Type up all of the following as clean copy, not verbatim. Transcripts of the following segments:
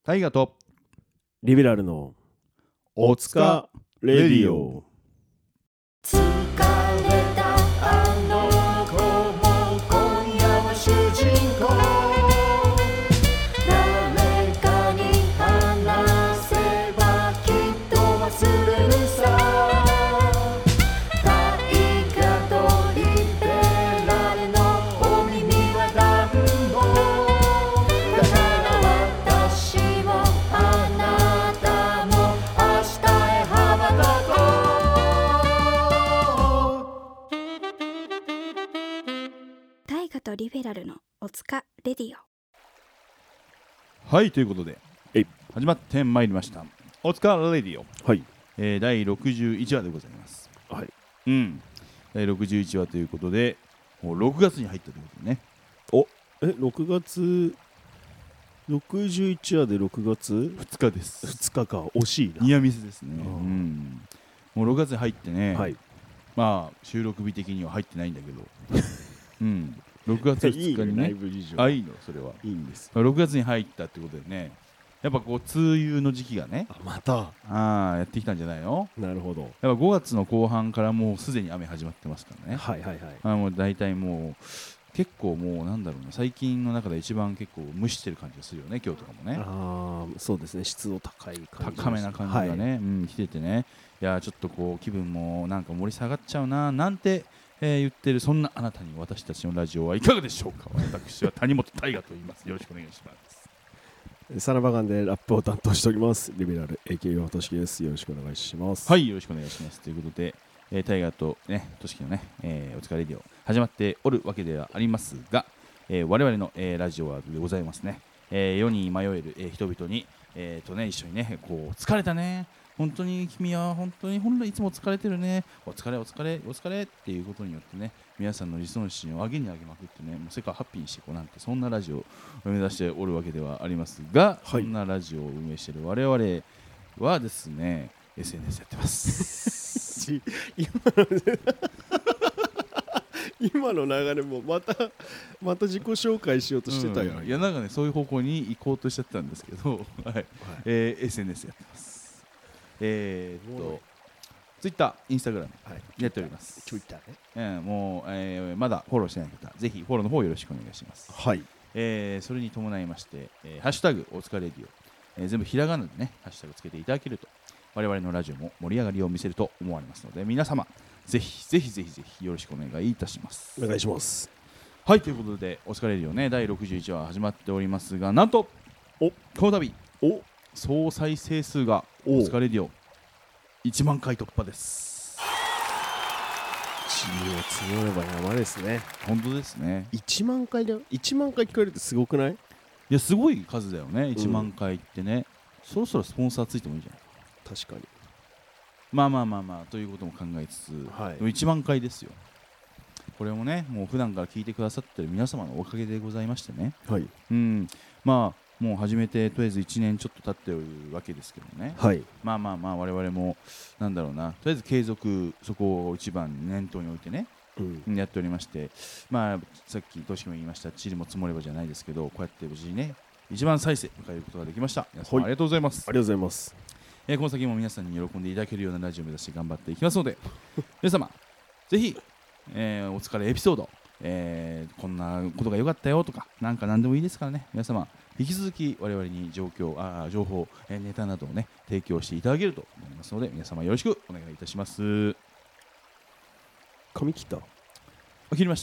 大河とリベラルのおつかレディオ。 疲れたあの子も今夜は主人公。誰かに話せばきっと忘れるさ。大河とリベラルのお耳は暖房だから私もあなたも明日へ羽ばたこう。 大河とリベラルのおつかレディオ。 はいということで始まってまいりましたおつかレディオ、 はい。 第61話でございます。 はい。 第61話ということでもう6月に入ったということでね。 6月61話で6月 2日です 2日か。惜しいな。 ニアミスですね。 うんもう6月に入ってね、 はい。 まあ収録日的には入ってないんだけど6月2日にいいね、内ね部事情。 いいのそれはいいんです。 6月に入ったってことでね、やっぱこう梅雨の時期がねまた。 やってきたんじゃないの。 なるほど。 やっぱ5月の後半からもうすでに雨始まってますからね。 はいはいはい。 もう大体もう結構もうなんだろうな、最近の中で一番結構蒸してる感じがするよね、今日とかもね。 そうですね。湿度高い感じ。 高めな感じがね、来ててね、いやちょっとこう気分もなんか盛り下がっちゃうななんて、言ってるそんなあなたに私たちのラジオはいかがでしょうか。私は谷本大河と言います。よろしくお願いします。 サラバガンでラップを担当しておりますリベラル AKA はとしきです。よろしくお願いします。 はい、よろしくお願いします。ということで、タイガーとね、としきのね、お疲れレディオ始まっておるわけではありますが、我々の、ラジオはでございますね。世に迷える、人々に、一緒にね、こう疲れたね、本当に君は本当に本来いつも疲れてるね、お疲れお疲れお疲れっていうことによってね、皆さんの理想心を上げに上げまくってね、もう世界をハッピーにしていこうなんて、そんなラジオを目指しておるわけではありますが、 はい、 そんなラジオを運営している我々はですね、SNS やってます今の流れもまた自己紹介しようとしてたよ、 いやなんかね、そういう方向に行こうとしちゃったんですけど、SNS やってます。Twitter、Instagram やっております。 Twitter ね。 もう、まだフォローしてない方、ぜひフォローの方よろしくお願いします。 はい。 それに伴いまして、ハッシュタグおつかレディオ、全部ひらがなでね、ハッシュタグつけていただけると、我々のラジオも盛り上がりを見せると思われますので、皆様、ぜひぜひぜひぜひよろしくお願いいたします。 お願いします。 はい、ということで、おつかレディオね、第61話始まっておりますが、なんと、この度、総再生数がおつかレディオ1万回突破です。 地位を積もれば山ですね。 本当ですね。 1万回だよ。1万回聞かれるってすごくない？ いや、すごい数だよね、1万回ってね。そろそろスポンサーついてもいいじゃない。 確かに。 まあということも考えつつ、1万回ですよ。これもね、もう普段から聞いてくださってる皆様のおかげでございましてね、 はい。 まあもう始めてとりあえず1年ちょっと経っておるわけですけどね、 はい。 まあ我々もなんだろうな、とりあえず継続、そこを一番念頭に置いてね、やっておりまして、まあさっきとしきも言いました塵も積もればじゃないですけど、こうやって無事にね1万再生迎えることができました。皆様ありがとうございます。 ありがとうございます。 この先も皆さんに喜んでいただけるようなラジオを目指して頑張っていきますので皆様ぜひ、お疲れエピソード、こんなことが良かったよとかなんか何でもいいですからね、皆様引き続き我々に情報、ネタなどをね提供していただけると思いますので、皆様よろしくお願いいたします。 髪切った？ 切りました。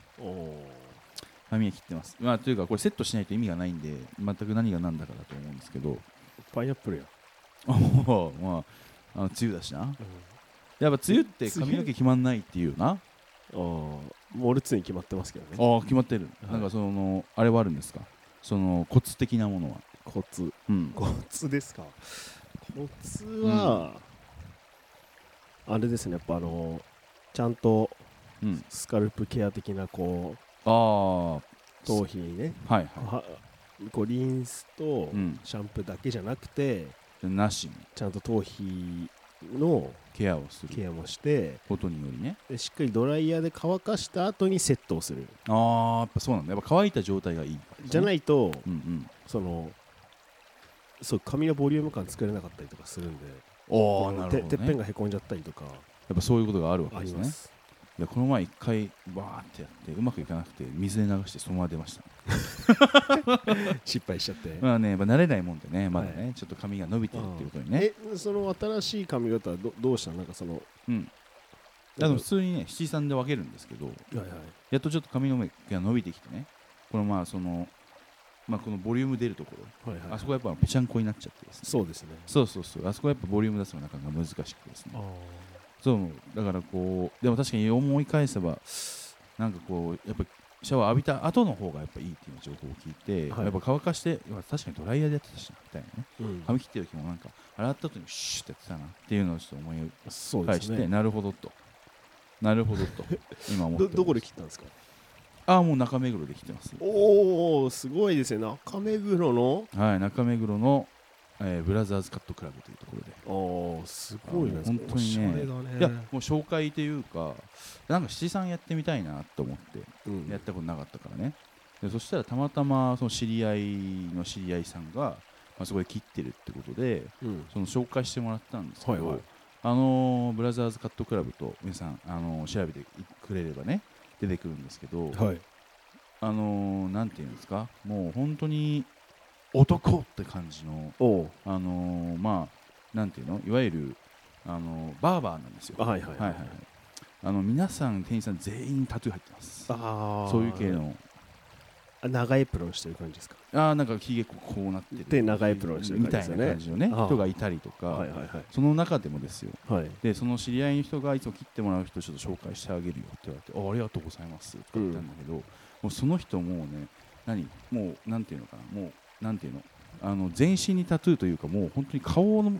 髪は切ってます。というかこれセットしないと意味がないんで全く何が何だかだと思うんですけど、 パイナップルや。 まあ梅雨だしな、やっぱ梅雨って髪の毛決まんないっていうな。 もう俺ついに決まってますけどね。 決まってる、なんかそのあれはあるんですか、そのコツ的なものは。 コツですか。コツは、あれですね、やっぱちゃんとスカルプケア的なこう頭皮にね、こうリンスとシャンプーだけじゃなくて、 なしにちゃんと頭皮のケアをするケアもしてことによりね、 でしっかりドライヤーで乾かした後にセットをする。 やっぱそうなんだ。やっぱ乾いた状態がいい、 じゃないと、そのそう髪のボリューム感作れなかったりとかするんで、 おー、なるほどね。 てっぺんがへこんじゃったりとかやっぱそういうことがあるわけあですね。 ります。 いやこの前一回バーってやってうまくいかなくて水で流してそのまま出ました。 失敗しちゃってまあね、やっぱ慣れないもんでね、まだね、 はいちょっと髪が伸びてるっていうことにね。 その新しい髪型はどうしたの？なんかそのうん。普通にね七三で分けるんですけど、 はいはいやっとちょっと髪の毛が伸びてきてね、このまあそのまあこのボリューム出るところ、 はいはい、 あそこはやっぱぺちゃんこになっちゃってですね。 そうですね。 そうそうそう、あそこはやっぱボリューム出すのがなかなか難しくてですね。そうだからこうでも確かに思い返せばなんかこうやっぱシャワー浴びた後の方がやっぱいいっていう情報を聞いて、 はいやっぱ乾かして確かにドライヤーでやってたしなみたいなね、 うん髪切ってる時もなんか洗った後にシュッてやってたなっていうのをちょっと思い返して、 そうですね。 なるほどと今思ってどこで切ったんですか？ もう中目黒で切ってます。 おお、すごいですね。中目黒のはい中目黒の、ブラザーズカットクラブというところで、 おー、すごいね。 本当にねおしゃれだね。 いやもう紹介というかなんか七三やってみたいなと思ってうんやったことなかったからね。でそしたらたまたまその知り合いの知り合いさんが、まあ、そこで切ってるってことでうんその紹介してもらったんですけど、 はいはいブラザーズカットクラブと皆さん、調べてくれればね出てくるんですけど、 はいなんていうんですかもう本当に男って感じのおうまあなんていうのいわゆるバーバーなんですよ。 はいはいはい皆さん店員さん全員タトゥー入ってます。 あそういう系の長エプロンしてる感じですか？ なんかひげこうなってるで長エプロンしてるみたい感じですよねな感じのね人がいたりとか、 はいはいはいその中でもですよ。 はいでその知り合いの人がいつも切ってもらう人をちょっと紹介してあげるよって言われてありがとうございますって言ったんだけど、もうその人もうねもうなんていうのかなもうなんていうの全身にタトゥーというかもう本当に顔の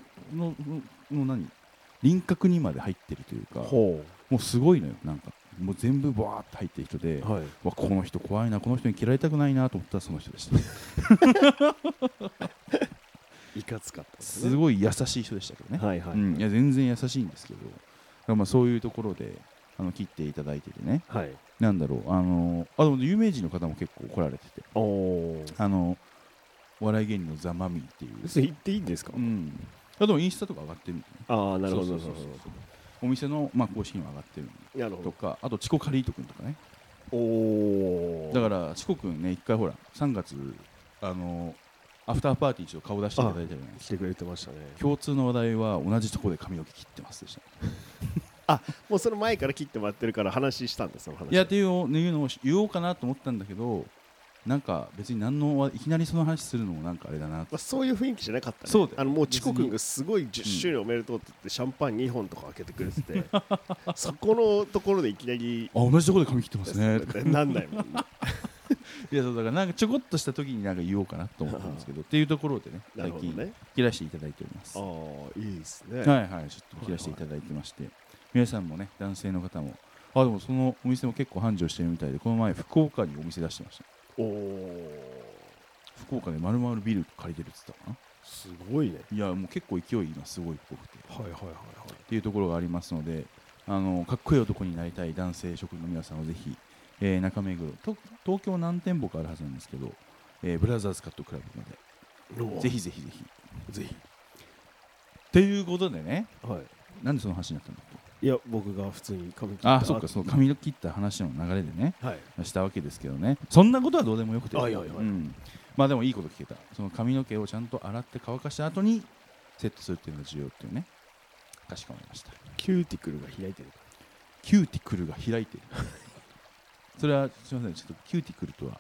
輪郭にまで入ってるというかほもうすごいのよなんかもう全部バーって入ってる人で、 うはいわこの人怖いなこの人に嫌われたくないなと思ったらその人でしたいかつかったですね。 すごい優しい人でしたけどね、 はいはいいや全然優しいんですけどだからまあそういうところで切っていただいててねはいなんだろうでも有名人の方も結構来られてておおお笑い芸人のザ・マミーっていうそれ言っていいんですか？ でもインスタとか上がってるんで、ね、 ああなるほどそうそうそうそうお店の、まあ、公式にも上がってるなるほどとかあとチコカリート君とかねおおだからチコ君ね一回ほら3月アフターパーティー一度顔出していただいたじゃないですか。 来てくれてましたね。 共通の話題は同じところで髪の毛切ってますでした、 もうその前から切ってもらってるから話したんですその話。 いやっていうのを言おうかなと思ったんだけどなんか別にいきなりその話するのもなんかあれだなって、 そういう雰囲気じゃなかったね。 そうだよもうチコ君がすごい10周年おめでとうって言ってシャンパン2本とか開けてくれててそこのところでいきなり同じところで髪切ってますねとかなんないもんね。 いやそうだからなんかちょこっとした時になんか言おうかなと思ったんですけどっていうところでねな最近るほどね。 切らせていただいております。 あはあいいですね。 いはいちょっと切らせていただいてまして、皆さんもね男性の方もでもそのお店も結構繁盛してるみたいでこの前福岡にお店出してました。 おお福岡で丸々ビル借りてるって言ったかな。 すごいね。 いやもう結構勢い今すごいっぽくてはいはいはいはい。 っていうところがありますのでかっこいい男になりたい男性諸君の皆さんはぜひ、中目黒東京何店舗かあるはずなんですけど、ブラザーズカットクラブまでぜひぜひぜひぜひ。 っていうことでねはい。 なんでその話になったんだっけ。 いや僕が普通に髪切ったそっかその髪の切った話の流れでねはいしたわけですけどねそんなことはどうでもよくてはいはいはいまあでもいいこと聞けたその髪の毛をちゃんと洗って乾かした後にセットするっていうのが重要っていうねかしこまりました。 キューティクルが開いてる。 キューティクルが開いてるそれはすみませんちょっとキューティクルとは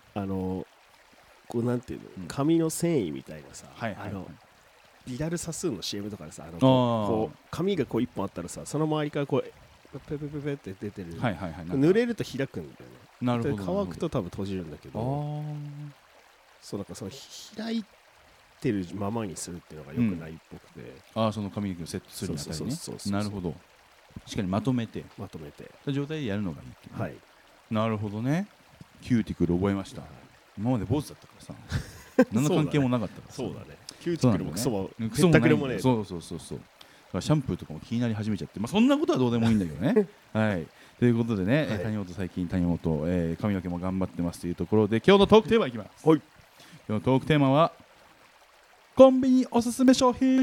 こうなんていうの、 うん髪の繊維みたいなさ、 はいはいはいビダルサスーンの CM とかでさこう髪がこう一本あったらさその周りからこうペペペペって出てる、 はいはいはい濡れると開くんだよね。 なるほどで乾くと多分閉じるんだけどそうなんかその開いてるままにするっていうのが良くないっぽくて、 その髪の毛をセットするにあたりねそうそうなるほどしっかりまとめてまとめてた状態でやるのがいいっていうねはいなるほどねキューティクル覚えました今まで坊主だったからさ何の関係もなかったからさそうだねキューティクルもクソもクソもないへったくれもねえそうだからシャンプーとかも気になり始めちゃってそんなことはどうでもいいんだけどねはいということでね、 はい谷本最近髪の毛も頑張ってますというところで今日のトークテーマいきます。 はい今日のトークテーマはコンビニおすすめ商品。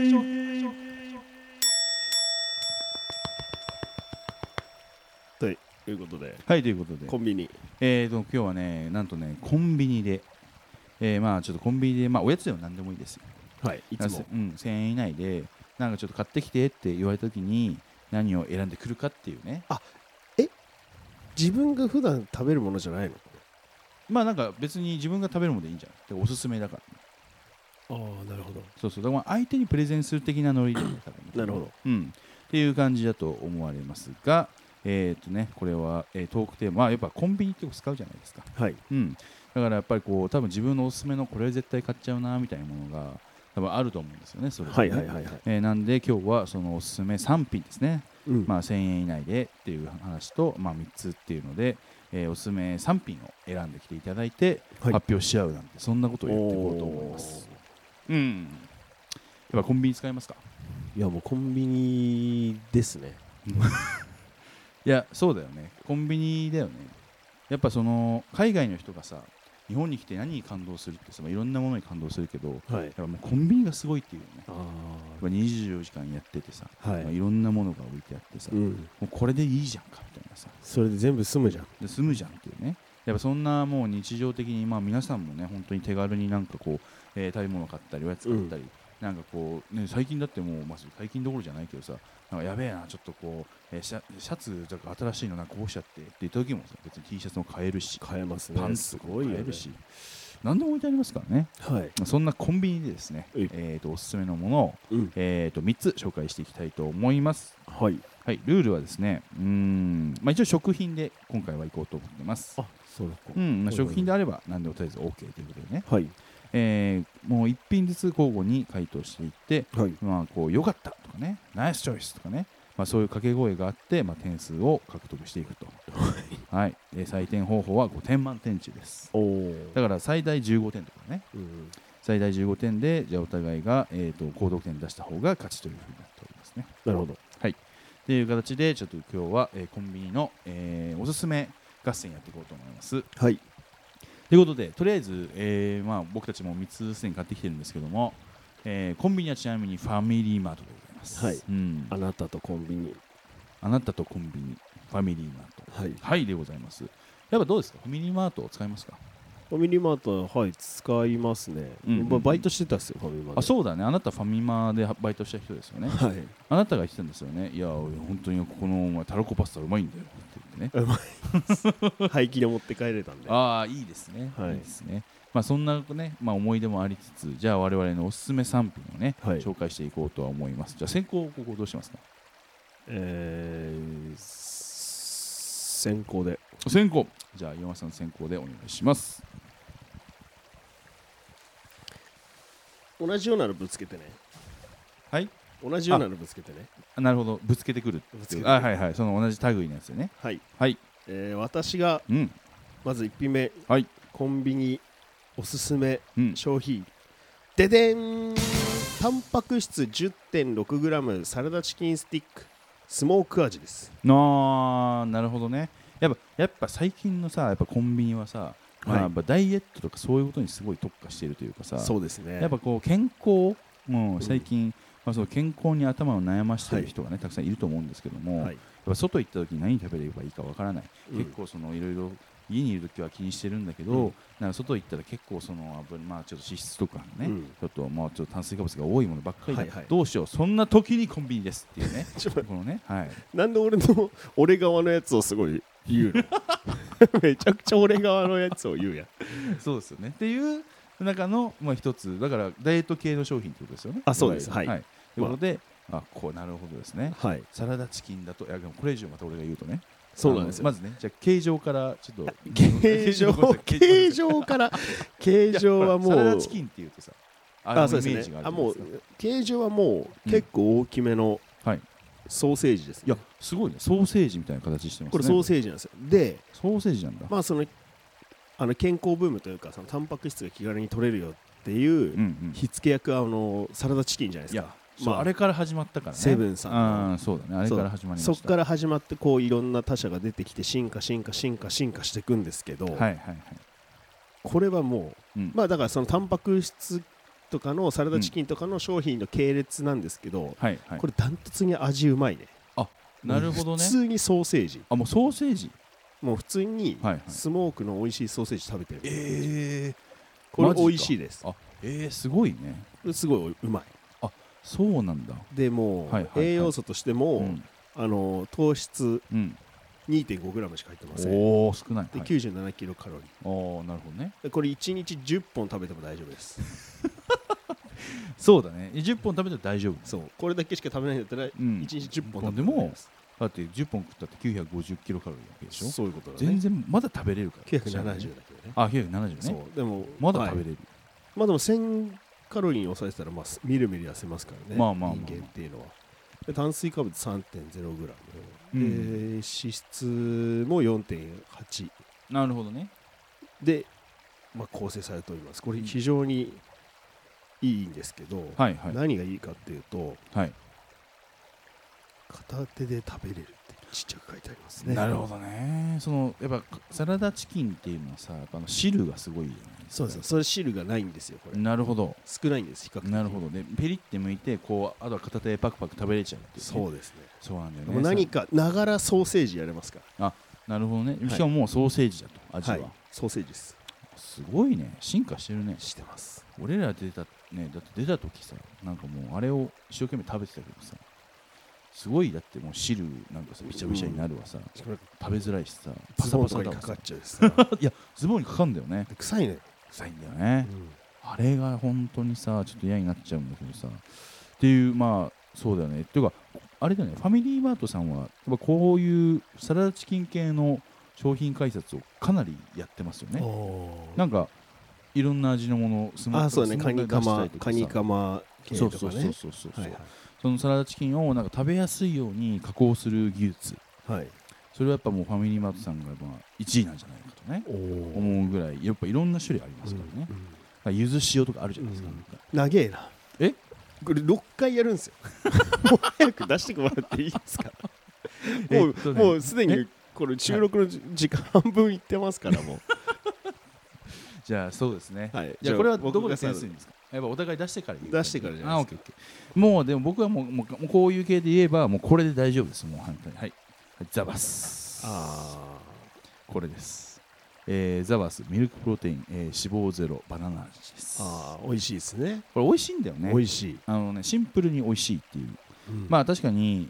ということで、 はい、ということでコンビニ、 今日はね、なんとね、コンビニで、まあちょっとコンビニで、まあおやつでも何でもいいですよ。 はい、いつも、 1000円以内で、なんかちょっと買ってきてって言われたときに、何を選んでくるかっていうね。 自分が普段食べるものじゃないの？ まあなんか別に自分が食べるものでいいんじゃない？だからおすすめだから、ね。 ああ、なるほど。 そうそう、だから相手にプレゼンする的なノリで、 なるほど。 っていう感じだと思われますが、これは、トークテーマはやっぱコンビニってよく使うじゃないですか。 はい。 だからやっぱりこう多分自分のおすすめのこれ絶対買っちゃうなみたいなものが多分あると思うんですよね。それでね。 はいはいはいはい。 なんで今日はそのおすすめ3品ですね。まあ1000円以内でっていう話と、まあ3つっていうので、おすすめ3品を選んできていただいて発表し合うなんて、そんなことを言っていこうと思います。やっぱコンビニ使いますか？ いやもうコンビニですね。 いやそうだよね、コンビニだよね。やっぱその海外の人がさ日本に来て何に感動するってさ、いろんなものに感動するけど、やっぱもうコンビニがすごいっていうね。24時間やっててさ、いろんなものが置いてあってさ、もうこれでいいじゃんかみたいなさ、 それで全部済むじゃん。 で済むじゃんっていうね。やっぱそんなもう日常的に、まあ皆さんもね本当に手軽になんかこう、食べ物買ったりおやつ買ったり、なんかこうね、最近だってもう、まあ、最近どころじゃないけどさ、なんかやべえなちょっとこう、シャツとか新しいのなんかこうしちゃってって言った時もさ、別に T シャツも買えるし、 買えますね、 パンツとかも買えるし、何でも置いてありますからね。そんなコンビニでですね、おすすめのものを、3つ紹介していきたいと思います。はい、ルールはですね、まあ、一応食品で今回は行こうと思ってます。食品であれば何でもとりあえず OK ということでね、もう1品ずつ交互に回答していって、まあこう良かったとかね、ナイスチョイスとかね、まあ、そういう掛け声があって、まあ、点数を獲得していくと。採点方法は5点満点中です。だから最大15点とかね、最大15点でじゃあお互いが、高得点出した方が勝ちというふうになっておりますね。 なるほど。 という形でちょっと今日は、コンビニの、おすすめ合戦やっていこうと思います。ということで、とりあえず、まあ、僕たちも3つすでに買ってきてるんですけども、コンビニはちなみにファミリーマートでございます。 あなたとコンビニ。 あなたとコンビニ、ファミリーマート。はいでございます。やっぱどうですか、ファミリーマートを使いますか？ ファミリーマートは、使いますね。バイトしてたっすよ、ファミリーマート。 そうだね、あなたファミマでバイトした人ですよね。あなたが言ってたんですよね。いや、本当にここのたらこパスタうまいんだよって言ってね。 廃棄で持って帰れたんで。 いいですね。いいですね。まあそんなね、まあ思い出もありつつ、じゃあ我々のおすすめ3品をね、紹介していこうとは思います。じゃあ先行ここどうしますか？ 先行で。 先行。じゃあ岩間さん先行でお願いします。 同じようなのぶつけてね。同じようなのぶつけてね。 なるほど、ぶつけてくる。その同じ類のやつでね。 私が、まず1品目、コンビニおすすめ商品、ででん、タンパク質 10.6g サラダチキンスティックスモーク味です。 なるほどね。やっぱ最近のさ、やっぱコンビニはさ、やっぱダイエットとかそういうことにすごい特化しているというかさ、 そうですね。 やっぱこう健康、最近、まあ、その健康に頭を悩ましている人がね、たくさんいると思うんですけども、やっぱ外行った時に何食べればいいかわからない、結構そのいろいろ家にいる時は気にしてるんだけど、なんか外行ったら結構その、まあ、ちょっと脂質とかね、ちょっとまあちょっと炭水化物が多いものばっかりで、どうしよう、そんな時にコンビニですっていうね。このね、 なんで俺側のやつをすごい言うの？めちゃくちゃ俺側のやつを言うやん。 そうですよね。っていう中のまあ一つだからダイエット系の商品ってことですよね。 そうです。ということで、こうなるほどですね。サラダチキンだと、でもこれ以上また俺が言うとね。そうなんですよ。まずね、じゃあ形状からちょっと形状はもうサラダチキンっていうとさ、 そうですね。もう形状はもう結構大きめのソーセージです。 いやすごいね、ソーセージみたいな形してますね。 これソーセージなんですよ。で、 ソーセージなんだ。 まあその健康ブームというか、そのタンパク質が気軽に取れるよっていう火付け役はサラダチキンじゃないですか。 あれから始まったからね。 セブンさん。 そうだね。あれから始まりました。 そこから始まってこういろんな他社が出てきて進化していくんですけど、これはもう、まあだからそのタンパク質とかのサラダチキンとかの商品の系列なんですけど、 はいはい、 これダントツに味うまいね。 なるほどね。 普通にソーセージ、 もうソーセージ、 もう普通にはいはい、 スモークの美味しいソーセージ食べてる。こマジかれ美味しいです。 すごいね。 これすごいうまい。 そうなんだ。 でもう、栄養素としても、糖質、2.5g しか入ってません。 おー、少ない。 で、97キロカロリー。 なるほどね。 でこれ1日10本食べても大丈夫です。 そうだね。10本食べたら大丈夫。 そう、これだけしか食べないんだったら、1日10本食べても大丈夫です。 だって10本食ったって950キロカロリーなわけでしょ。 そういうことだね。 全然まだ食べれるから。 970だけどね。 970ね。 そう、でもまだ食べれる。 まあでも1000カロリーに抑えてたら、みるみる痩せますからね。人間っていうのは。で炭水化物 3.0g、で脂質も 4.8。 なるほどね。 で、構成されております。これ非常にいいんですけど、何がいいかっていうと、片手で食べれるってちっちゃく書いてありますね。 なるほどね。やっぱサラダチキンっていうのはさ、やっぱ汁がすごいよね。 そうです。それ汁がないんですよ。これ。 なるほど。 少ないんです。比較的。 なるほどね。ペリって剥いて、あとは片手でパクパク食べれちゃうっていう、ね。 そうですね。 そうなんだよね。 でも何かながらソーセージやれますから。 なるほどね。しかももうソーセージだと、味は。 ソーセージです。 すごいね。進化してるね。 してます。 俺ら出たね、だって出た時さ、なんかもうあれを一生懸命食べてたけどさ、すごいだってもう汁なんかさびちゃびちゃになるわさ、食べづらいしさ、パサパサだわさ。いやズボンにかかんだよね。 臭いね。 臭いんだよね。あれが本当にさちょっと嫌になっちゃうんだけどさ、っていうそうだよね。っていうかあれだよね。ファミリーマートさんはやっぱこういうサラダチキン系の商品開発をかなりやってますよね。なんかいろんな味のものをそうね、カニカマ系とかね。 そのサラダチキンをなんか食べやすいように加工する技術、それはやっぱもうファミリーマートさんが1位なんじゃないかとね思うぐらい、やっぱいろんな種類ありますからね。柚子塩とかあるじゃないですか。 長えな。これ6回やるんですよ。もう早く出してもらっていいですか。もうすでにこれ収録の時間半分いってますからもう。 じゃあそうですね。じゃあこれはどこでセンスいいんですか。やっぱお互い出してから言う。 出してからじゃないですか。 もうでも僕はもうこういう系で言えばもうこれで大丈夫です。もう反対。はい。ザバス。これです。ザバスミルクプロテイン、脂肪ゼロバナナ味です。 美味しいですね。 これ美味しいんだよね。 美味しい。 シンプルに美味しいっていう。確かに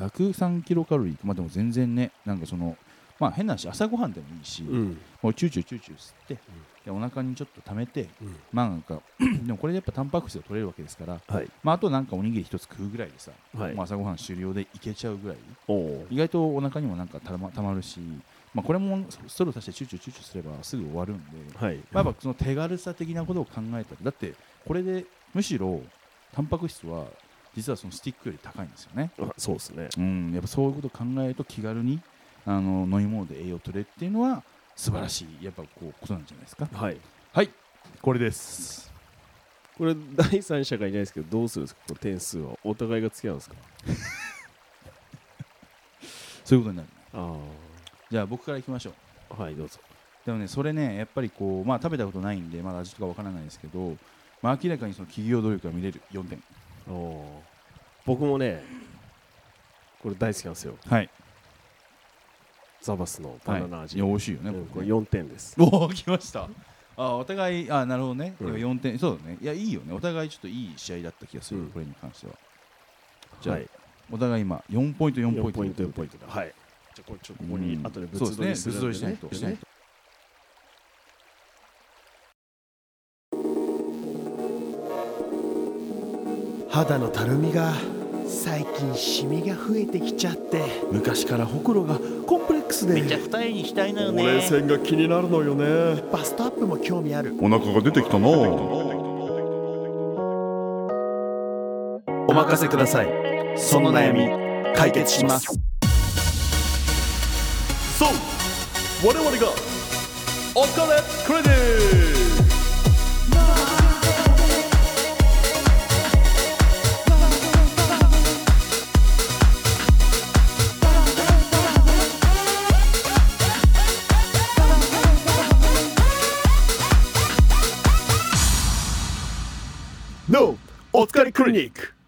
103キロカロリー。でも全然ね、なんか変な話、朝ごはんでもいいし、もうチューチュー吸って、お腹にちょっと溜めて、なんかでもこれでやっぱタンパク質が取れるわけですから、あとなんかおにぎり一つ食うぐらいでさ、朝ごはん終了でいけちゃうぐらい、意外とお腹にもなんかたまるし、これもストローさしてチューチューすればすぐ終わるんで、やっぱその手軽さ的なことを考えたら、だってこれでむしろタンパク質は実はそのスティックより高いんですよね。 そうですね。 やっぱそういうことを考えると気軽に飲み物で栄養を取れっていうのは素晴らしいやっぱことなんじゃないですか。はい、これです。 これ第三者がいないですけどどうするんですか。この点数はお互いが付き合うんですか。 そういうことになる。じゃあ僕からいきましょう。 はいどうぞ。 でもねそれねやっぱり食べたことないんでまだ味とかわからないですけど、明らかにその企業努力が見れる4点。 僕もねこれ大好きなんですよ。ザバスのバナナ味。 美味しいよね。 これ4点です。 来ました。お互いなるほどね。4点そうだね。いやいいよね。お互いちょっといい試合だった気がする。これに関しては。じゃあお互い今4ポイント4ポイントだ。はい。じゃあここに後で物撮りするんでね。 物撮りしないと。 肌のたるみが最近シミが増えてきちゃって、 昔からほくろがコンプレックスでめっちゃ二重にしたいのよね。 ほうれい線が気になるのよね。バストアップも興味ある。 お腹が出てきたな。 お任せください。その悩み解決します。 そう我々がお疲れクレディ。 のお疲れクリニック。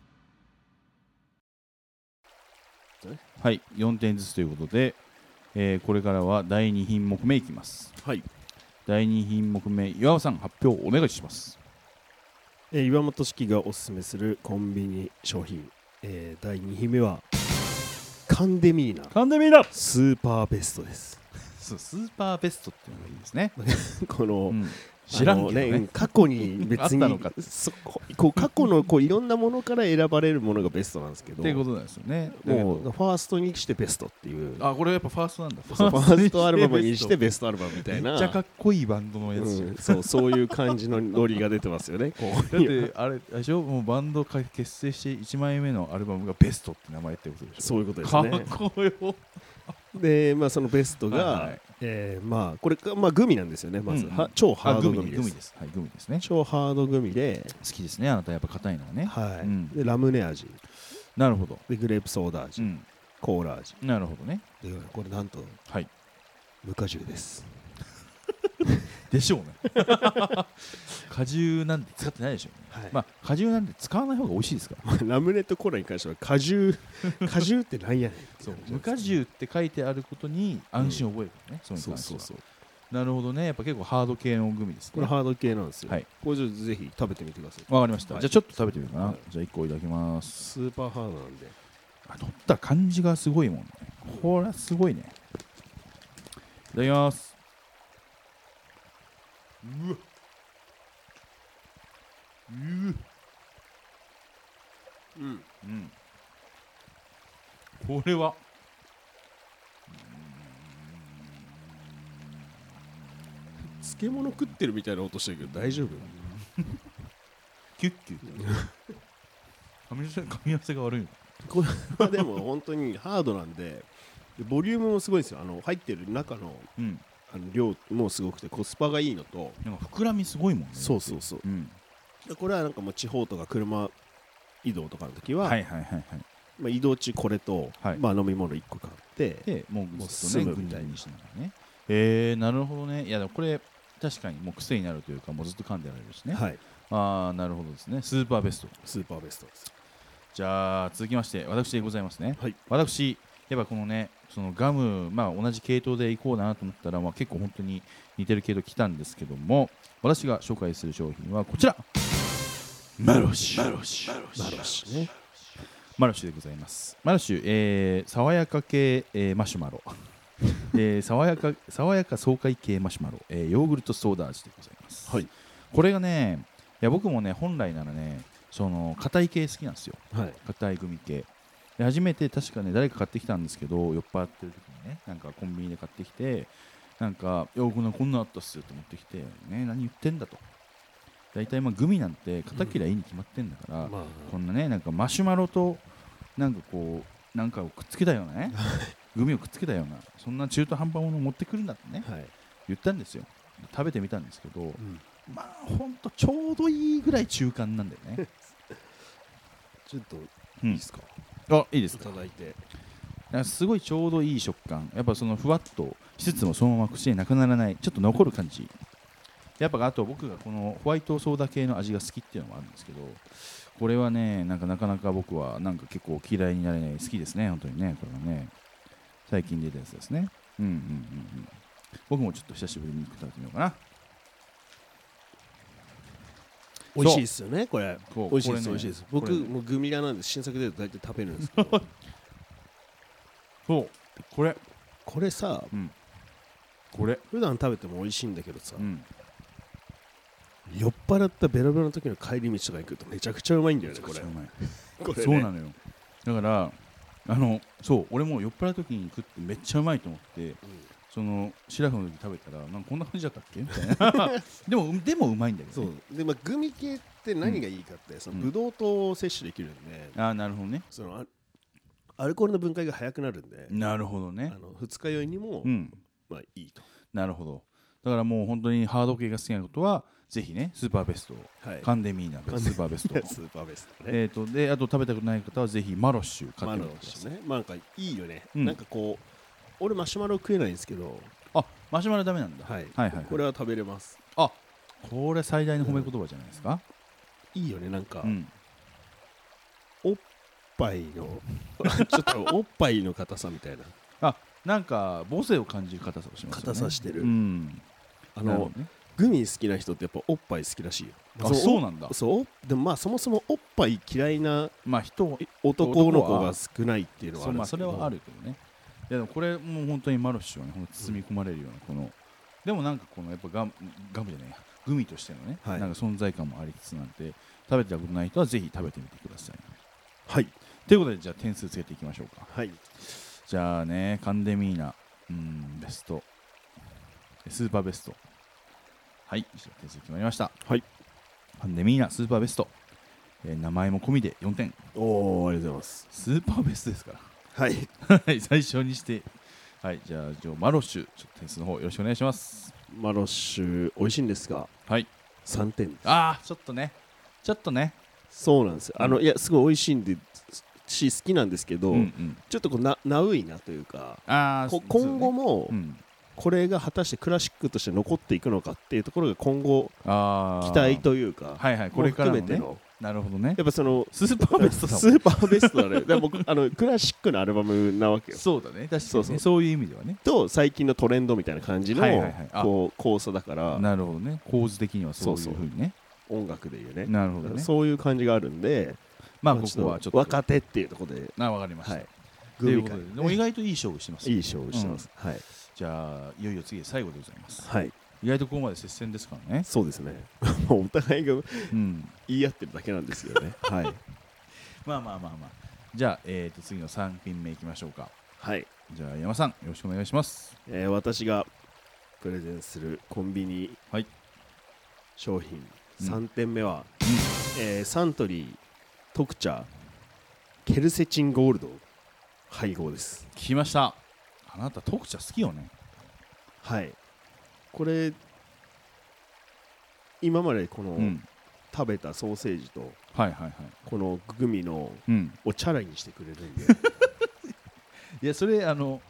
はい、4点ずつということで、これからは第2品目目いきます。 はい。 第2品目目、岩尾さん発表お願いします。 岩本式がおすすめするコンビニ商品、第2品目はカンデミーナスーパーベストです。 そう、スーパーベストっていうのがいいですね。 この、 知らんけどね、 過去に別にこう過去のこういろんなものから選ばれるものがベストなんですけど、 っていうことなんですよね。 もうファーストにしてベストっていう。 あ、これやっぱファーストなんだ。ファーストアルバムにしてベストアルバムみたいな。 めっちゃかっこいいバンドのやつ、 そういう感じのノリが出てますよね。 だってあれでしょ、もうバンド結成して1枚目のアルバムがベストって名前ってことでしょ。 そういうことですね。 かっこよ。 で、そのベストが、これグミなんですよね。まず、超ハードグミです。 グミですね。 超ハードグミで好きですね。あなたやっぱ硬いのはね。 はい。でラムネ味。 なるほど。 でグレープソーダ味、コーラ味。 なるほどね。 でこれなんと無果汁です。 でしょうね。果汁なんて使ってないでしょうね。果汁なんて使わない方が美味しいですから。 ラムネとコーラに関しては果汁ってなんやねん。 そう、無果汁って書いてあることに安心を覚えるね。そう。なるほどね。やっぱ結構ハード系のグミですね。 これハード系なんですよ。 はい。 これぜひ食べてみてください。 わかりました。じゃあちょっと食べてみようかな。じゃあ1個いただきます。 スーパーハードなんで。 取った感じがすごいもんね。これはすごいね。いただきます。うわ。これは漬物食ってるみたいな音してるけど大丈夫？ キュッキュッ噛み合わせが悪いの。 これはでも本当にハードなんで、ボリュームもすごいですよ。入ってる中の、量もすごくてコスパがいいのと、 なんか膨らみすごいもんね。 そう、これはなんかもう地方とか車移動とかの時は、移動中これと、飲み物1個買ってもう進むみたいにしながらね。なるほどね。いやでもこれ確かにもう癖になるというか、もうずっと噛んでられるしね。なるほどですね。スーパーベストです。じゃあ続きまして私でございますね。私やっぱこのね、そのガム、同じ系統でいこうなと思ったら、結構本当に似てる系統来たんですけども、私が紹介する商品はこちら、マロッシュね。マロッシュでございます。マロッシュ、爽やか系、マシュマロ爽やか爽快系マシュマロ、ヨーグルトソーダ味でございます。これがね、いや僕もね本来ならね、その硬い系好きなんですよ。硬いグミ系で、初めて確かね誰か買ってきたんですけど、酔っ払ってる時にね、なんかコンビニで買ってきて、なんかこんなあったっすよと思ってきて、何言ってんだと。大体グミなんて硬きりゃいいに決まってんだから、こんなね、なんかマシュマロとなんかこうなんかをくっつけたようなねグミをくっつけたような、そんな中途半端ものを持ってくるんだってね、言ったんですよ。食べてみたんですけど、ほんとちょうどいいぐらい中間なんだよね。 ちょっといいですか？ いいですか？ いただいて。 すごいちょうどいい食感、やっぱそのふわっとしつつもそのまま口になくならない、ちょっと残る感じ。やっぱあと僕がこのホワイトソーダ系の味が好きっていうのもあるんですけど、これはね、なかなか僕はなんか結構嫌いになれない、好きですね、本当にね。これはね、最近出たやつですね。僕もちょっと久しぶりに食べてみようかな。 美味しいですよね、これ。美味しいです。僕もグミ屋なんで新作で大体食べるんですけど。 そうこれさ、 これ普段食べても美味しいんだけどさ、酔っ払ったベロベロの時の帰り道とかに来るとめちゃくちゃうまいんだよね、これ。 そうなのよ。だからそう俺も酔っ払う時に食ってめっちゃうまいと思って、そのシラフの時食べたらなんかこんな感じだったっけみたいなでもうまいんだけどね。 そうで、グミ系って何がいいかって、そのブドウ糖摂取できるんで、 なるほどね。 そのアルコールの分解が早くなるんで、 なるほどね。 二日酔いにも、いいと。 なるほど。だからもう本当にハード系が好きなことはぜひね、スーパーベスト、カンデミーナスーパーベストね。であと食べたことない方はぜひマロッシュ買ってみてください。 なんかいいよね。なんかこう俺マシュマロ食えないんですけど、 マシュマロダメなんだ。 これは食べれます。 これ最大の褒め言葉じゃないですか。 いいよねなんか、 うん、 おっぱいのちょっとおっぱいの硬さみたいななんか母性を感じる硬さをしますよね。 硬さしてる、 うん、 ね、グミ好きな人ってやっぱおっぱい好きらしいよ。 そうなんだ。 そうでもまあそもそもおっぱい嫌いな男の子が少ないっていうのはあるんですけど、 それはあるけどね。いやでもこれもう本当にマロッシュはね包み込まれるようなこの、でもなんかこのやっぱガムじゃないやグミとしてのね、なんか存在感もありつつなんて食べたことない人はぜひ食べてみてください。 はい。 ということでじゃあ点数つけていきましょうか。 はい。 じゃあねカンデミーナベストスーパーベスト、はい、点数決まりました。 はい。 カンデミーナスーパーベスト、名前も込みで4点。 おー、ありがとうございます。 スーパーベストですからはい最初にして、はい、じゃあマロッシュちょっと点数の方よろしくお願いします。 マロッシュ美味しいんですが、 はい、 3点。 ちょっとねそうなんですよ。いやすごい美味しいんで好きなんですけど、ちょっとこうナウイなというか、今後も、これが果たしてクラシックとして残っていくのかっていうところが今後期待というか、 これからのね、なるほどね。やっぱそのスーパーベストだもん。スーパーベストだね。でも僕クラシックのアルバムなわけよ。 そうだね。確かにね。そういう意味ではね。 と最近のトレンドみたいな感じのこう構想だから。 なるほどね。構図的にはそういう風にね。 音楽でいうね。 なるほどね。 そういう感じがあるんで、 まあここはちょっと若手っていうところで。 わかりました。 グミ界でも意外といい勝負してます。 いい勝負してます。はい。 じゃあいよいよ次最後でございます。 はい。 意外とここまで接戦ですからね。 そうですね。お互いが言い合ってるだけなんですよね。はい。 まあ。じゃあ次の3品目いきましょうか。 はい。 じゃあ山さんよろしくお願いします。 私がプレゼンするコンビニ商品3点目はサントリー特茶ケルセチンゴールド配合です。 聞きました。あなた特茶好きよね。 はい。これ今までこの、食べたソーセージと、このグミの、をチャラにしてくれるんでいやそれ多分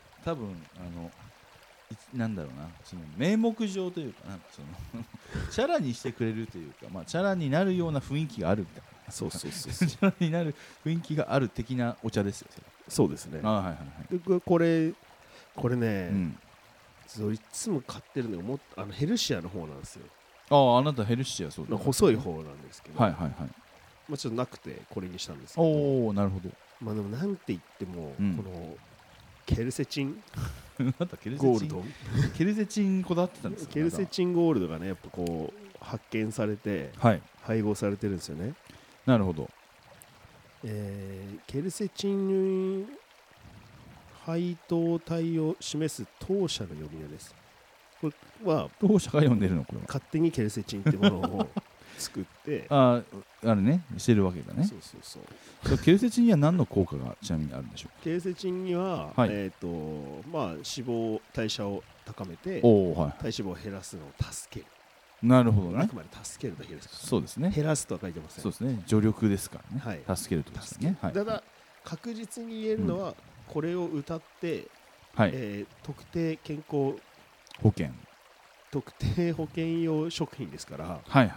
なんだろうな、その名目上というかなんかそのチャラにしてくれるというか、まあチャラになるような雰囲気があるみたいな。 そうチャラになる雰囲気がある的なお茶ですよ。 そうですね。でこれね、いつも買ってるのがヘルシアの方なんですよ。 あなたヘルシアそうだ、ね、 細い方なんですけど、 まあちょっとなくてこれにしたんですけど。 おお、なるほど。 まあでもなんて言っても、このケルセチンゴールドケルセチンこだわってたんですか。 ケルセチンゴールドがねやっぱこう発見されて、配合されてるんですよね。 なるほど。 ケルセチン配当体を示す当社の呼び名です。これは当社が読んでるのこれは。 勝手にケルセチンってものを作ってあるねしてるわけだね。 そうケルセチンには何の効果がちなみにあるんでしょう。 ケルセチンには、まあ脂肪代謝を高めて、体脂肪を減らすのを助ける。 なるほどね。 あくまで助けるだけですから。 そうですね。 減らすとは書いてません。 そうですね。助力ですからね。助けるとですね。 ただ確実に言えるのは、これを歌って、特定健康保険特定保険用食品ですから、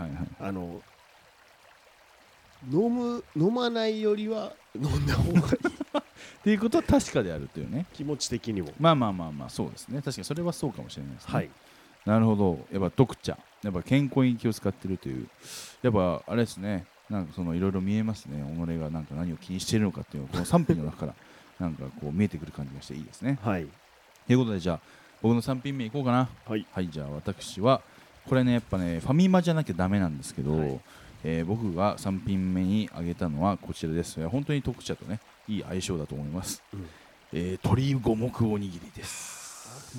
飲まないよりは飲んだ方がいいっていうことは確かであるというね。 気持ち的にもまあそうですね。確かにそれはそうかもしれないですね。なるほど。やっぱ特茶やっぱ健康に気を使ってるという、やっぱあれですね。なんかそのいろいろ見えますね。己がなんか何を気にしているのかっていうのをこの3品の中からなんかこう見えてくる感じがしていいですね。 はい。 ということでじゃあ僕の3品目いこうかな。はい。じゃあ私はこれねやっぱねファミマじゃなきゃダメなんですけど、僕が3品目に挙げたのはこちらです。本当に特茶とねいい相性だと思います。鶏五目おにぎりです。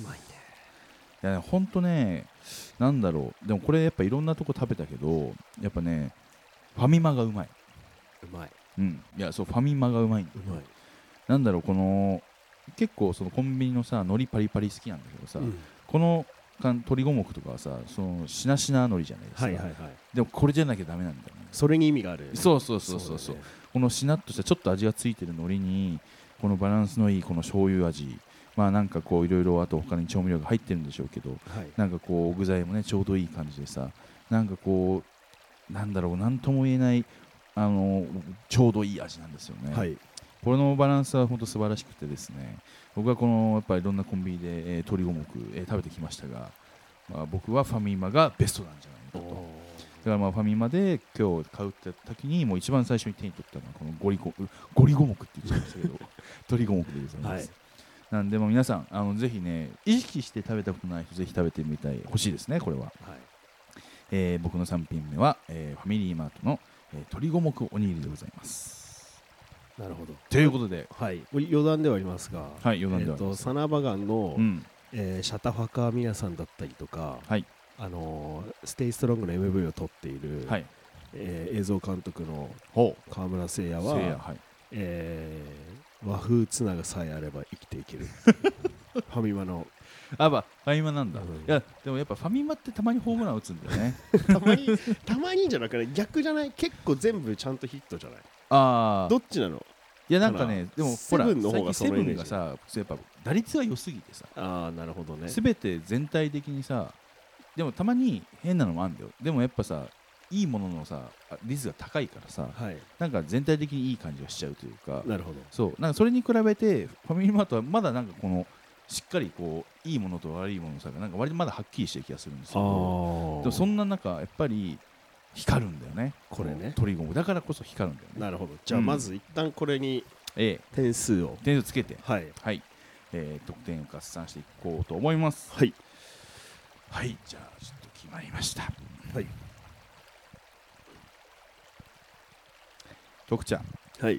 うまいね。 いや本当ねなんだろう。でもこれやっぱいろんなとこ食べたけどやっぱねファミマがうまい。いやそうファミマがうまい。なんだろうこの結構そのコンビニのさ海苔パリパリ好きなんだけどさ、この鶏五目とかはさそのしなしな海苔じゃないですか。でもこれじゃなきゃダメなんだよね。 それに意味があるよね。 そうこのしなっとしたちょっと味がついてる海苔にこのバランスのいいこの醤油味、まあなんかこういろいろあと他に調味料が入ってるんでしょうけど、なんかこう具材もねちょうどいい感じでさ、なんかこうなんだろう、なんとも言えないちょうどいい味なんですよね。 はい、 このバランスは本当素晴らしくてですね、僕はこのやっぱりいろんなコンビニで、鶏五目、食べてきましたが、僕はファミマがベストなんじゃないかと。だからファミマで今日買うって時にもう一番最初に手に取ったのはこのゴリ五目って言っちゃいましたけど鶏五目でございます、はい、なんでも皆さんぜひね意識して食べたことない人ぜひ食べてみたい欲しいですねこれは、はい僕の3品目は、ファミリーマートの、鶏五目おにぎりでございます。 なるほど。 ということで、 はい、余談ではありますが、 はい、余談ではあります。 サナバガンの、シャタファカーミヤさんだったりとか、 はいステイストロングの MV を撮っている、 はい映像監督の川村誠也は、 はい和風ツナがさえあれば生きていけるファミマのファミマなんだ、いやでもやっぱファミマってたまにホームラン打つんだよねたまにじゃなくて逆じゃない、結構全部ちゃんとヒットじゃない。どっちなの。 いやなんかねでもほらセブンの方がそのイメージ、 セブンがさやっぱ打率が良すぎてさ、 なるほどね、 全て全体的にさ、でもたまに変なのもあるんだよ。でもやっぱさいいもののさ率が高いからさ、 はい、 なんか全体的にいい感じがしちゃうというか。 なるほど。 そうなんかそれに比べてファミリーマートはまだなんかこのしっかりこういいものと悪いものの差がなんか割とまだはっきりしてる気がするんですけど、でもそんな中やっぱり光るんだよねこれね、 鶏五目だからこそ光るんだよね。 なるほど。じゃあまず一旦これに点数をつけて、はいはい得点を合算していこうと思います。 はいはい、じゃあちょっと決まりました。 はい、 徳ちゃん、 はい、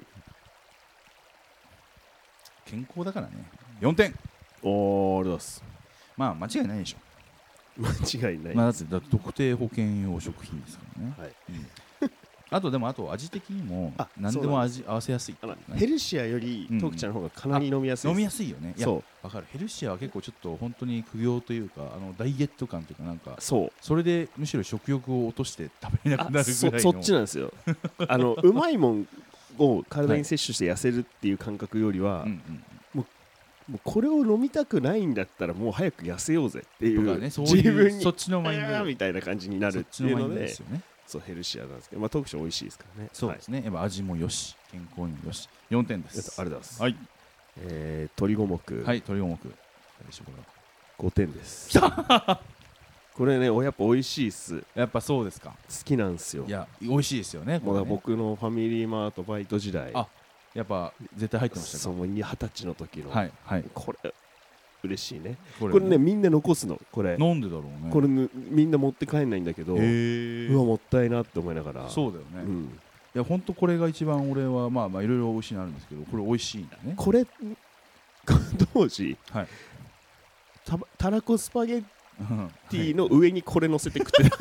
健康だからね4点。 ありがとうございます。 間違いないでしょ。 間違いない。 だって特定保険用食品ですからね。はい、あと味的にも何でも味合わせやすい、ね、 ヘルシアより徳ちゃんの方がかなり飲みやすい。 飲みやすいよね。いや分かる。ヘルシアは結構ちょっと本当に苦行というかダイエット感というかなんかそれでむしろ食欲を落として食べれなくなるぐらいの。 そっちなんですようまいもんを体に摂取して痩せるっていう感覚よりは、もうこれを飲みたくないんだったらもう早く痩せようぜっていう、 ね、そう自分にそっちのマインドみたいな感じになるっていうので、 ね、 そうヘルシアなんですけど、特徴美味しいですからね。 そうですね、やっぱ味もよし健康にもよし4点です。 ありがとうございます。 はい、 鶏五目、 はい、鶏五目 5点です。これねやっぱ美味しいっす。 やっぱそうですか。 好きなんですよ。 いや美味しいですよね。 もう僕のファミリーマートバイト時代、 やっぱ絶対入ってましたか。 そう20歳の時の、 はいはい、 これ嬉しいね。これねみんな残すの。これなんでだろうね。 これみんな持って帰んないんだけど、うわもったいなって思いながら。 そうだよね、いや本当これが一番俺はまあいろいろ美味しいのあるんですけど、これ美味しいんだね。 これ当時、 はい、 たらこスパゲッティの上にこれ乗せて食ってる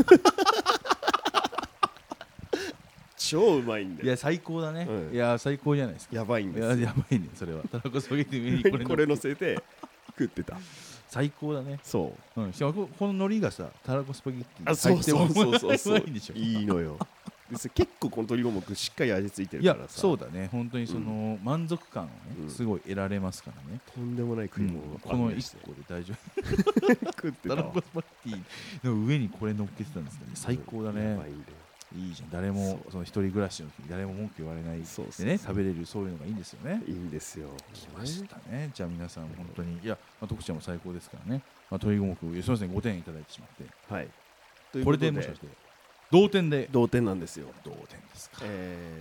超うまいんだよ。 いや最高だね、いや最高じゃないですか。 やばいんですよ。 やばいねそれは。たらこスパゲッティ上にこれ乗せて食ってた。 最高だね。 そう、 しかもこの海苔がさたらこスパゲッティそういいでしょ。 いいのよ。結構この鶏五目しっかり味付いてるからさ。 いやそうだね、本当にその満足感をねすごい得られますからね。 とんでもない食い物をこの1個で大丈夫。 食ってた。 たらこスパゲッティの上にこれ乗っけてたんですね。最高だね。いいじゃん。誰もその一人暮らしの時誰も文句言われないでね食べれる、そういうのがいいんですよね。 いいんですよ。 来ましたね。じゃあ皆さん本当にいや徳ちゃんも最高ですからね。鶏五目すみません5点いただいてしまって。 はい。 これでもしかして同点なんですよ。 同点ですか。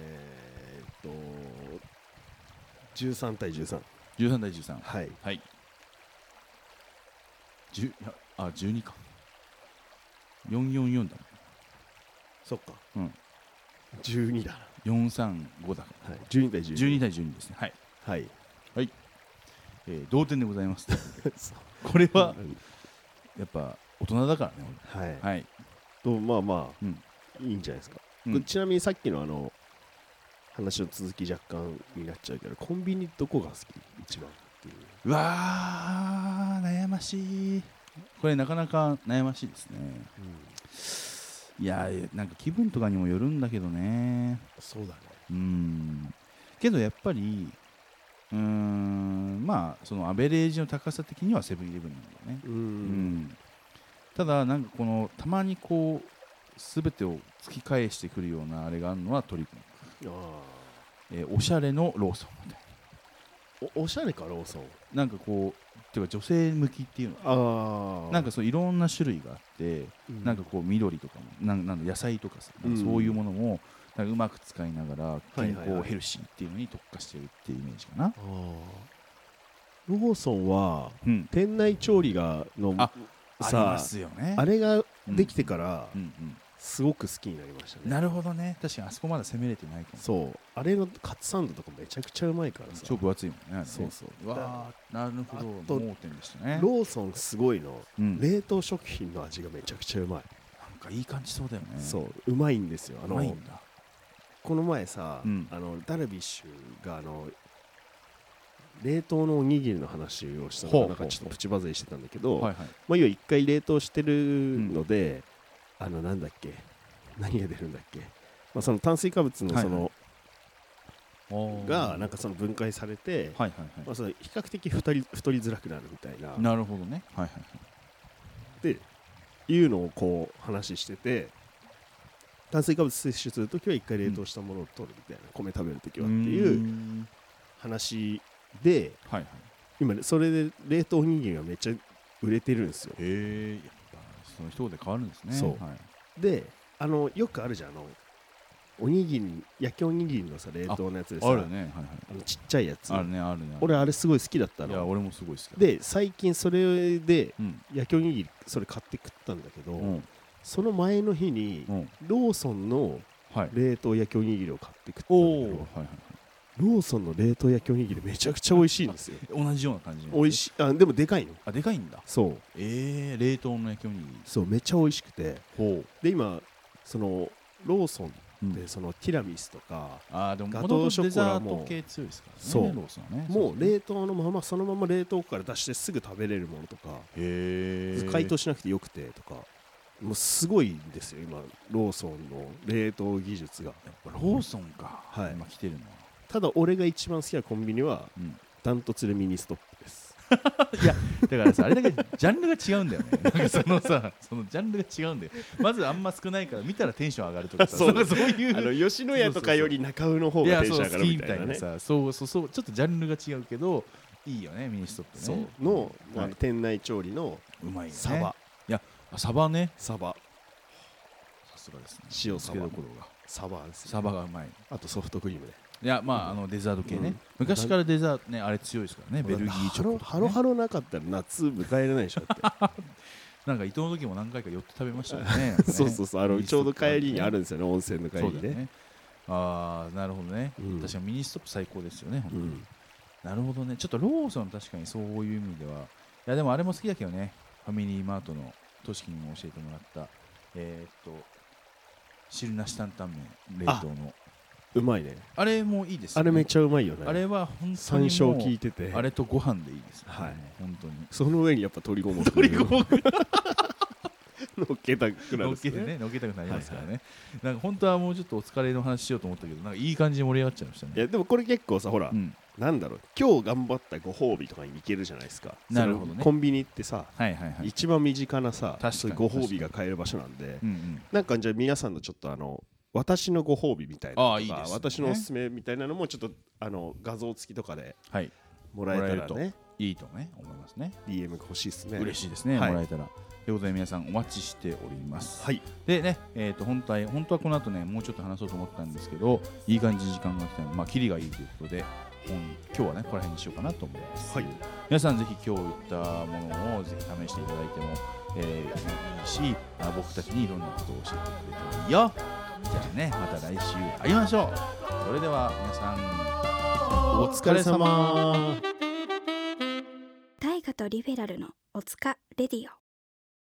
13対13。 13対13。 はいはい。12か。444だ。 そっか。 うん。 12だ。 435だ。 はい。12対12。 12対12ですね。はい。 はい。 はい。同点でございます。これはやっぱ大人だからね。 はい。 はい。 まあいいんじゃないですか。ちなみにさっきの話の続き若干になっちゃうけど、コンビニどこが好き一番っていう。 うわー悩ましい。これなかなか悩ましいですね。いやなんか気分とかにもよるんだけどね。 そうだね。けどやっぱりまあそのアベレージの高さ的にはセブンイレブンなんだよね。ただなんかこのたまにこう全てを突き返してくるようなあれがあるのはトリコあおしゃれのローソンみたいおしゃれかローソン。 な、なんかこうっていうか女性向きっていうのなんかそういろんな種類があって、なんかこう緑とかもなん野菜とかさ、なんかそういうものもなんかうまく使いながら健康ヘルシーっていうのに特化してるっていうイメージかな。 ローソンは、店内調理がのありますよね。 あれができてからすごく好きになりましたね。 なるほどね。確かにあそこまだ攻めれてないかも。 そうあれのカツサンドとかめちゃくちゃうまいからさ。 超分厚いもんね。 そうそう。 わあ、なるほど。盲点でしたね。 ローソンすごいの、冷凍食品の味がめちゃくちゃうまい。 なんかいい感じそうだよね。 そううまいんですよ。 うまいんだ。 この前さ、ダルビッシュが冷凍のおにぎりの話をしたのがなんかちょっとプチバズりしてたんだけど、まあ要は一回冷凍してるので、なんだっけ、何が出るんだっけ、まあその炭水化物のそのがなんかその分解されて、まあその比較的太りづらくなるみたいな。 なるほどね。 っていうのをこう話してて、炭水化物摂取するときは一回冷凍したものを取るみたいな、米食べるときはっていう話で、今それで冷凍おにぎりがめっちゃ売れてるんですよ。 やっぱその一言で変わるんですね。 そうでよくあるじゃん、おにぎり焼きおにぎりのさ冷凍のやつでさ、 あるね。 ちっちゃいやつ。 あるね。 俺あれすごい好きだったの。 いや俺もすごい好きだ。 で最近それで焼きおにぎりそれ買って食ったんだけど、その前の日にローソンの冷凍焼きおにぎりを買って食ったんだけど、ローソンの冷凍焼きおにぎりめちゃくちゃ美味しいんですよ。 同じような感じ。 美味しい。でもでかいの。 でかいんだ。 そう。 冷凍の焼きおにぎり。 そうめっちゃ美味しくて。で今そのローソンでそのティラミスとかガトーショコラも系強いですからね。 そうローソンね。 もう冷凍のままそのまま冷凍庫から出してすぐ食べれるものとか、解凍しなくてよくてとか。もうすごいんですよ今ローソンの冷凍技術が。 やっぱローソンか。今来てるのは。 ただ俺が一番好きなコンビニはダントツでミニストップです。 いやだからさあれだけジャンルが違うんだよね。なんかそのジャンルが違うんだよ。まずあんま少ないから見たらテンション上がるとかさ、そういう吉野家とかより中尾の方がテンション上がるみたいなね。 そうちょっとジャンルが違うけどいいよねミニストップね。 そうの店内調理のうまいサバ。 いやサバね。 サバ。 さすがですね。 塩サバ。 サバがうまい。 あとソフトクリームね。 いやまあデザート系ね。昔からデザートねあれ強いですからね。ベルギーチョコ。 ハロハロなかったら夏迎えれないでしょって。 なんか伊藤の時も何回か寄って食べましたよね。 そうちょうど帰りにあるんですよね、温泉の帰りね。 ああなるほどね。確かにミニストップ最高ですよね。なるほどね。ちょっとローソン確かにそういう意味では、いやでもあれも好きだけどね。ファミリーマートのとしきにも教えてもらった汁なし担々麺冷凍のうまいね。 あれもいいですね。 あれめっちゃうまいよね。 あれは本当に山椒効いてて、 あれとご飯でいいですね。本当にその上にやっぱ鶏ごま乗っけたくなるんですね。 乗っけたくなりますからね。なんか本当はもうちょっとお疲れの話しようと思ったけど、なんかいい感じに盛り上がっちゃいましたね。 いやでもこれ結構さほら、なんだろう、今日頑張ったご褒美とかに行けるじゃないですか。 なるほどね。 コンビニってさ、一番身近なさ、そういうご褒美が買える場所なんで、なんかじゃあ皆さんのちょっと私のご褒美みたいなとか、私のおすすめみたいなのもちょっと画像付きとかでもらえたらね、 いいとね思いますね。 DM が欲しいですね。 嬉しいですね、もらえたら。ということで皆さんお待ちしております。でね、本当はこの後ねもうちょっと話そうと思ったんですけど、いい感じ時間が来たので、まあキリがいいということで今日はねここら辺にしようかなと思います。皆さんぜひ今日言ったものをぜひ試していただいてもいいし、僕たちにいろんなことを教えてくれてもいいよ。じゃあね、また来週会いましょう。それでは皆さんお疲れ様。 大河とリベラルのおつかレディオ。